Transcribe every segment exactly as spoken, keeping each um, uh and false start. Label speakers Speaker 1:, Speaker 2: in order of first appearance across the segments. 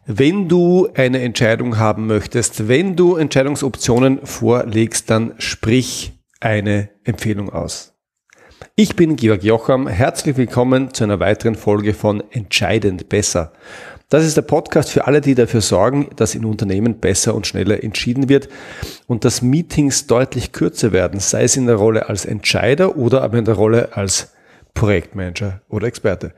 Speaker 1: Wenn du eine Entscheidung haben möchtest, wenn du Entscheidungsoptionen vorlegst, dann sprich eine Empfehlung aus. Ich bin Georg Jocham, herzlich willkommen zu einer weiteren Folge von Entscheidend besser. Das ist der Podcast für alle, die dafür sorgen, dass in Unternehmen besser und schneller entschieden wird und dass Meetings deutlich kürzer werden, sei es in der Rolle als Entscheider oder aber in der Rolle als Projektmanager oder Experte.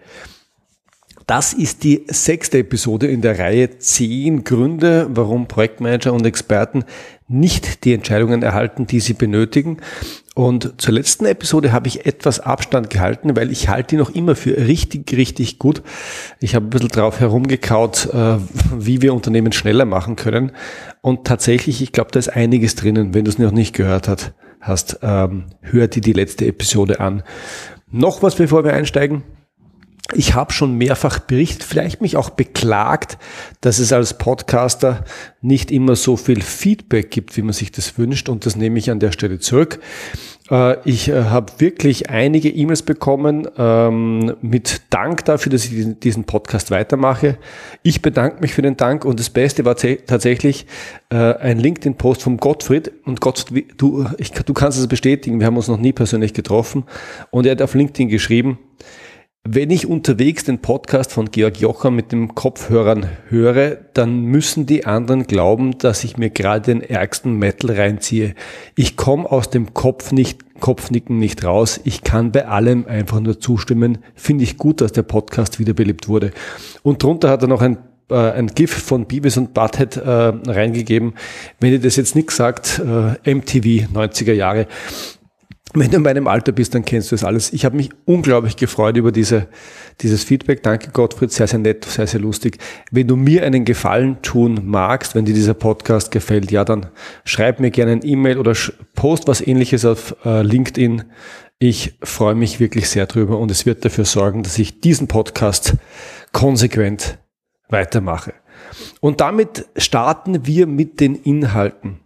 Speaker 1: Das ist die sechste Episode in der Reihe zehn Gründe, warum Projektmanager und Experten nicht die Entscheidungen erhalten, die sie benötigen. Und zur letzten Episode habe ich etwas Abstand gehalten, weil ich halte die noch immer für richtig, richtig gut. Ich habe ein bisschen drauf herumgekaut, wie wir Unternehmen schneller machen können. Und tatsächlich, ich glaube, da ist einiges drinnen. Wenn du es noch nicht gehört hast, hast hör dir die letzte Episode an. Noch was, bevor wir einsteigen. Ich habe schon mehrfach berichtet, vielleicht mich auch beklagt, dass es als Podcaster nicht immer so viel Feedback gibt, wie man sich das wünscht, und das nehme ich an der Stelle zurück. Ich habe wirklich einige E-Mails bekommen mit Dank dafür, dass ich diesen Podcast weitermache. Ich bedanke mich für den Dank, und das Beste war tatsächlich ein LinkedIn-Post vom Gottfried. Und Gottfried, du, ich, du kannst es bestätigen, wir haben uns noch nie persönlich getroffen, und er hat auf LinkedIn geschrieben: Wenn ich unterwegs den Podcast von Georg Jocham mit den Kopfhörern höre, dann müssen die anderen glauben, dass ich mir gerade den ärgsten Metal reinziehe. Ich komme aus dem Kopf nicht, Kopfnicken nicht raus. Ich kann bei allem einfach nur zustimmen. Finde ich gut, dass der Podcast wiederbelebt wurde. Und drunter hat er noch ein äh, ein GIF von Beavis und Butthead äh, reingegeben. Wenn ihr das jetzt nichts sagt, äh, M T V neunziger Jahre. Wenn du in meinem Alter bist, dann kennst du das alles. Ich habe mich unglaublich gefreut über diese, dieses Feedback. Danke, Gottfried, sehr, sehr nett, sehr, sehr lustig. Wenn du mir einen Gefallen tun magst, wenn dir dieser Podcast gefällt, ja, dann schreib mir gerne ein E-Mail oder post was Ähnliches auf äh, LinkedIn. Ich freue mich wirklich sehr drüber, und es wird dafür sorgen, dass ich diesen Podcast konsequent weitermache. Und damit starten wir mit den Inhalten.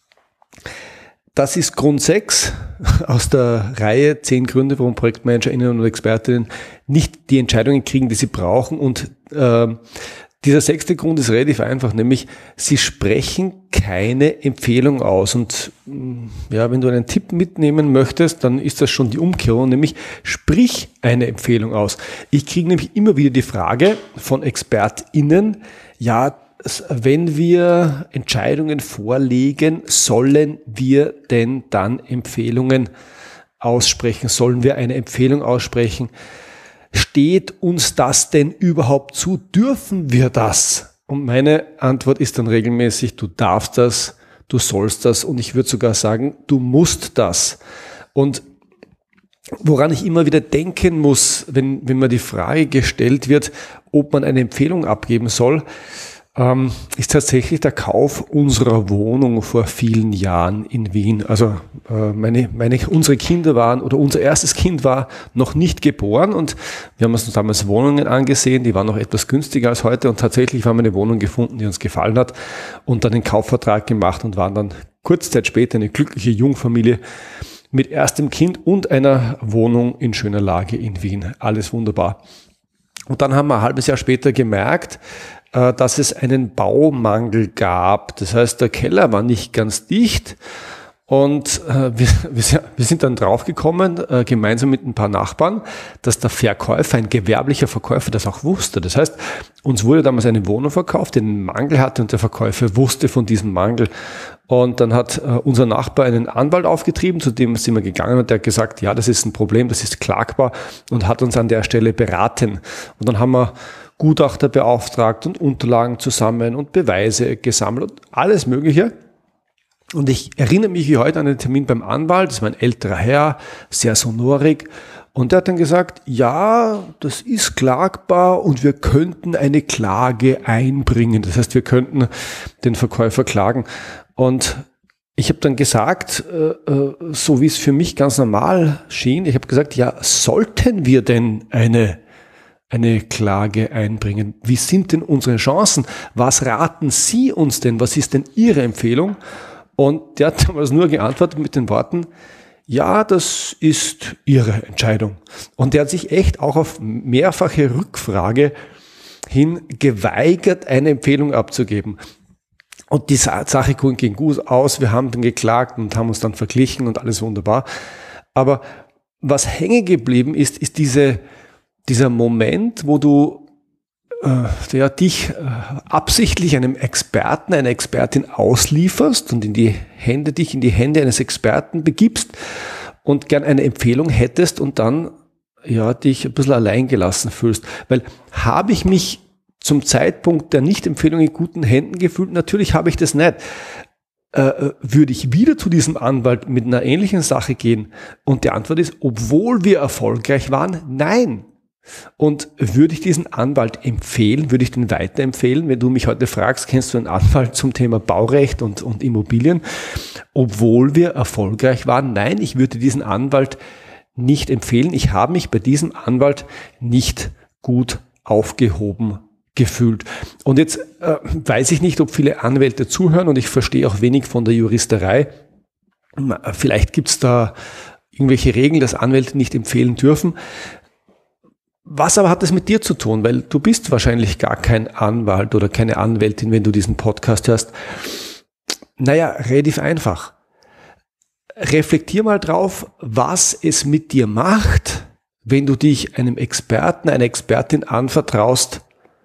Speaker 1: Das ist Grund sechs aus der Reihe zehn Gründe, warum ProjektmanagerInnen und Expertinnen nicht die Entscheidungen kriegen, die sie brauchen. Und äh, dieser sechste Grund ist relativ einfach, nämlich sie sprechen keine Empfehlung aus. Und ja, wenn du einen Tipp mitnehmen möchtest, dann ist das schon die Umkehrung, nämlich sprich eine Empfehlung aus. Ich kriege nämlich immer wieder die Frage von ExpertInnen, ja, wenn wir Entscheidungen vorlegen, sollen wir denn dann Empfehlungen aussprechen? Sollen wir eine Empfehlung aussprechen? Steht uns das denn überhaupt zu? Dürfen wir das? Und meine Antwort ist dann regelmäßig: Du darfst das, du sollst das, und ich würde sogar sagen, du musst das. Und woran ich immer wieder denken muss, wenn, wenn mir die Frage gestellt wird, ob man eine Empfehlung abgeben soll, Ähm, ist tatsächlich der Kauf unserer Wohnung vor vielen Jahren in Wien. Also äh, meine, meine, unsere Kinder waren, oder unser erstes Kind war noch nicht geboren, und wir haben uns damals Wohnungen angesehen, die waren noch etwas günstiger als heute, und tatsächlich haben wir eine Wohnung gefunden, die uns gefallen hat, und dann den Kaufvertrag gemacht und waren dann kurze Zeit später eine glückliche Jungfamilie mit erstem Kind und einer Wohnung in schöner Lage in Wien. Alles wunderbar. Und dann haben wir ein halbes Jahr später gemerkt, dass es einen Baumangel gab. Das heißt, der Keller war nicht ganz dicht, und äh, wir, wir sind dann draufgekommen, äh, gemeinsam mit ein paar Nachbarn, dass der Verkäufer, ein gewerblicher Verkäufer, das auch wusste. Das heißt, uns wurde damals eine Wohnung verkauft, die einen Mangel hatte, und der Verkäufer wusste von diesem Mangel. Und dann hat äh, unser Nachbar einen Anwalt aufgetrieben, zu dem sind wir gegangen, und der hat gesagt, ja, das ist ein Problem, das ist klagbar, und hat uns an der Stelle beraten. Und dann haben wir Gutachter beauftragt und Unterlagen zusammen und Beweise gesammelt und alles Mögliche. Und ich erinnere mich wie heute an den Termin beim Anwalt. Das war ein älterer Herr, sehr sonorig. Und der hat dann gesagt, ja, das ist klagbar, und wir könnten eine Klage einbringen. Das heißt, wir könnten den Verkäufer klagen. Und ich habe dann gesagt, äh, so wie es für mich ganz normal schien, ich habe gesagt, ja, sollten wir denn eine eine Klage einbringen? Wie sind denn unsere Chancen? Was raten Sie uns denn? Was ist denn Ihre Empfehlung? Und der hat damals nur geantwortet mit den Worten, ja, das ist Ihre Entscheidung. Und der hat sich echt auch auf mehrfache Rückfrage hin geweigert, eine Empfehlung abzugeben. Und die Sache ging gut aus, wir haben dann geklagt und haben uns dann verglichen und alles wunderbar. Aber was hängen geblieben ist, ist diese, dieser Moment, wo du äh, ja, dich äh, absichtlich einem Experten, einer Expertin auslieferst und in die Hände, dich in die Hände eines Experten begibst und gern eine Empfehlung hättest und dann ja, dich ein bisschen allein gelassen fühlst. Weil habe ich mich zum Zeitpunkt der Nichtempfehlung in guten Händen gefühlt? Natürlich habe ich das nicht. Äh, würde ich wieder zu diesem Anwalt mit einer ähnlichen Sache gehen? Und die Antwort ist, obwohl wir erfolgreich waren, nein. Und würde ich diesen Anwalt empfehlen, würde ich den weiterempfehlen, wenn du mich heute fragst, kennst du einen Anwalt zum Thema Baurecht und, und Immobilien? Obwohl wir erfolgreich waren, nein, ich würde diesen Anwalt nicht empfehlen. Ich habe mich bei diesem Anwalt nicht gut aufgehoben gefühlt. Und jetzt äh, weiß ich nicht, ob viele Anwälte zuhören und ich verstehe auch wenig von der Juristerei. Vielleicht gibt es da irgendwelche Regeln, dass Anwälte nicht empfehlen dürfen. Was aber hat das mit dir zu tun? Weil du bist wahrscheinlich gar kein Anwalt oder keine Anwältin, wenn du diesen Podcast hörst. Naja, relativ einfach. Reflektier mal drauf, was es mit dir macht, wenn du dich einem Experten, einer Expertin anvertraust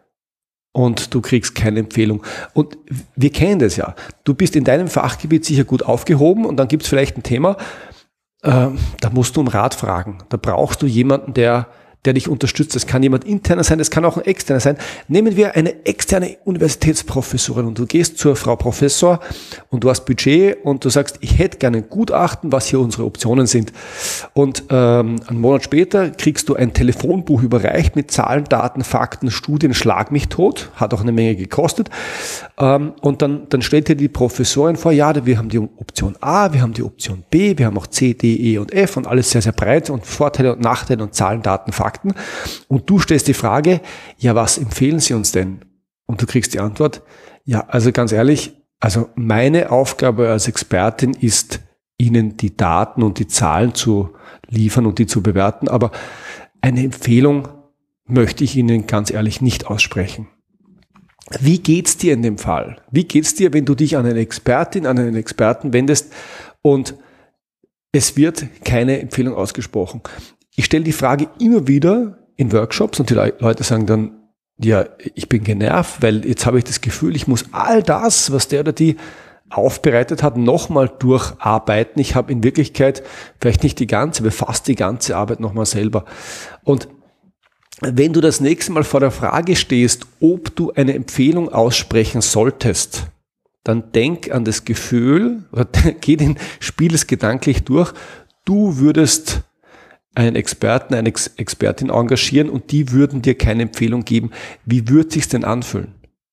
Speaker 1: und du kriegst keine Empfehlung. Und wir kennen das ja. Du bist in deinem Fachgebiet sicher gut aufgehoben und dann gibt es vielleicht ein Thema, äh, da musst du um Rat fragen. Da brauchst du jemanden, der der dich unterstützt. Das kann jemand interner sein, das kann auch ein externer sein. Nehmen wir eine externe Universitätsprofessorin und du gehst zur Frau Professor und du hast Budget und du sagst, ich hätte gerne ein Gutachten, was hier unsere Optionen sind. Und ähm, einen Monat später kriegst du ein Telefonbuch überreicht mit Zahlen, Daten, Fakten, Studien, schlag mich tot, hat auch eine Menge gekostet. Ähm, und dann, dann stellt dir die Professorin vor, ja, wir haben die Option A, wir haben die Option B, wir haben auch C, D, E und F und alles sehr, sehr breit und Vorteile und Nachteile und Zahlen, Daten, Fakten. Und du stellst die Frage, ja, was empfehlen Sie uns denn? Und du kriegst die Antwort, ja, also ganz ehrlich, also meine Aufgabe als Expertin ist, Ihnen die Daten und die Zahlen zu liefern und die zu bewerten, aber eine Empfehlung möchte ich Ihnen ganz ehrlich nicht aussprechen. Wie geht's dir in dem Fall? Wie geht's dir, wenn du dich an eine Expertin, an einen Experten wendest und es wird keine Empfehlung ausgesprochen? Ich stelle die Frage immer wieder in Workshops und die Leute sagen dann, ja, ich bin genervt, weil jetzt habe ich das Gefühl, ich muss all das, was der oder die aufbereitet hat, nochmal durcharbeiten. Ich habe in Wirklichkeit vielleicht nicht die ganze, aber fast die ganze Arbeit nochmal selber. Und wenn du das nächste Mal vor der Frage stehst, ob du eine Empfehlung aussprechen solltest, dann denk an das Gefühl, oder geh den Spiel es gedanklich durch, du würdest einen Experten, eine Ex- Expertin engagieren und die würden dir keine Empfehlung geben. Wie würde sich's denn anfühlen?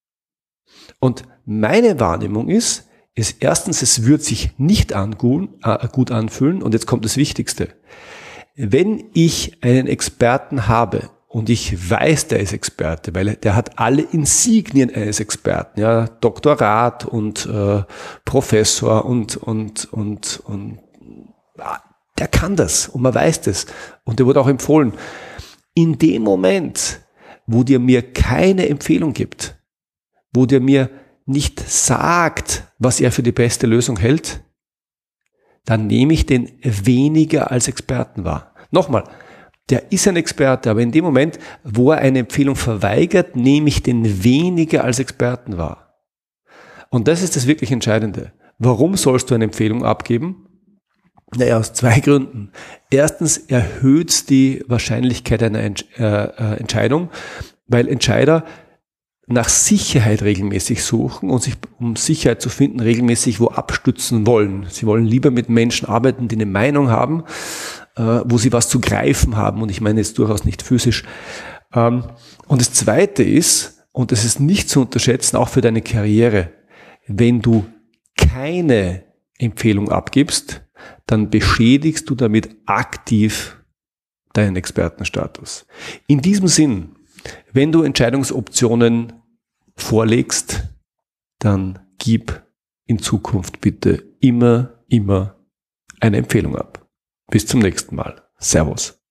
Speaker 1: Und meine Wahrnehmung ist, ist erstens, es wird sich nicht angu- äh, gut anfühlen und jetzt kommt das Wichtigste. Wenn ich einen Experten habe und ich weiß, der ist Experte, weil der hat alle Insignien eines Experten, ja, Doktorat und äh, Professor und und und und ja, der kann das und man weiß das und der wurde auch empfohlen. In dem Moment, wo der mir keine Empfehlung gibt, wo der mir nicht sagt, was er für die beste Lösung hält, dann nehme ich den weniger als Experten wahr. Nochmal, der ist ein Experte, aber in dem Moment, wo er eine Empfehlung verweigert, nehme ich den weniger als Experten wahr. Und das ist das wirklich Entscheidende. Warum sollst du eine Empfehlung abgeben? Naja, aus zwei Gründen. Erstens erhöht es die Wahrscheinlichkeit einer Entsch- äh, Entscheidung, weil Entscheider nach Sicherheit regelmäßig suchen und sich, um Sicherheit zu finden, regelmäßig wo abstützen wollen. Sie wollen lieber mit Menschen arbeiten, die eine Meinung haben, äh, wo sie was zu greifen haben. Und ich meine jetzt durchaus nicht physisch. Ähm, und das Zweite ist, und das ist nicht zu unterschätzen, auch für deine Karriere, wenn du keine Empfehlung abgibst, dann beschädigst du damit aktiv deinen Expertenstatus. In diesem Sinn, wenn du Entscheidungsoptionen vorlegst, dann gib in Zukunft bitte immer, immer eine Empfehlung ab. Bis zum nächsten Mal. Servus.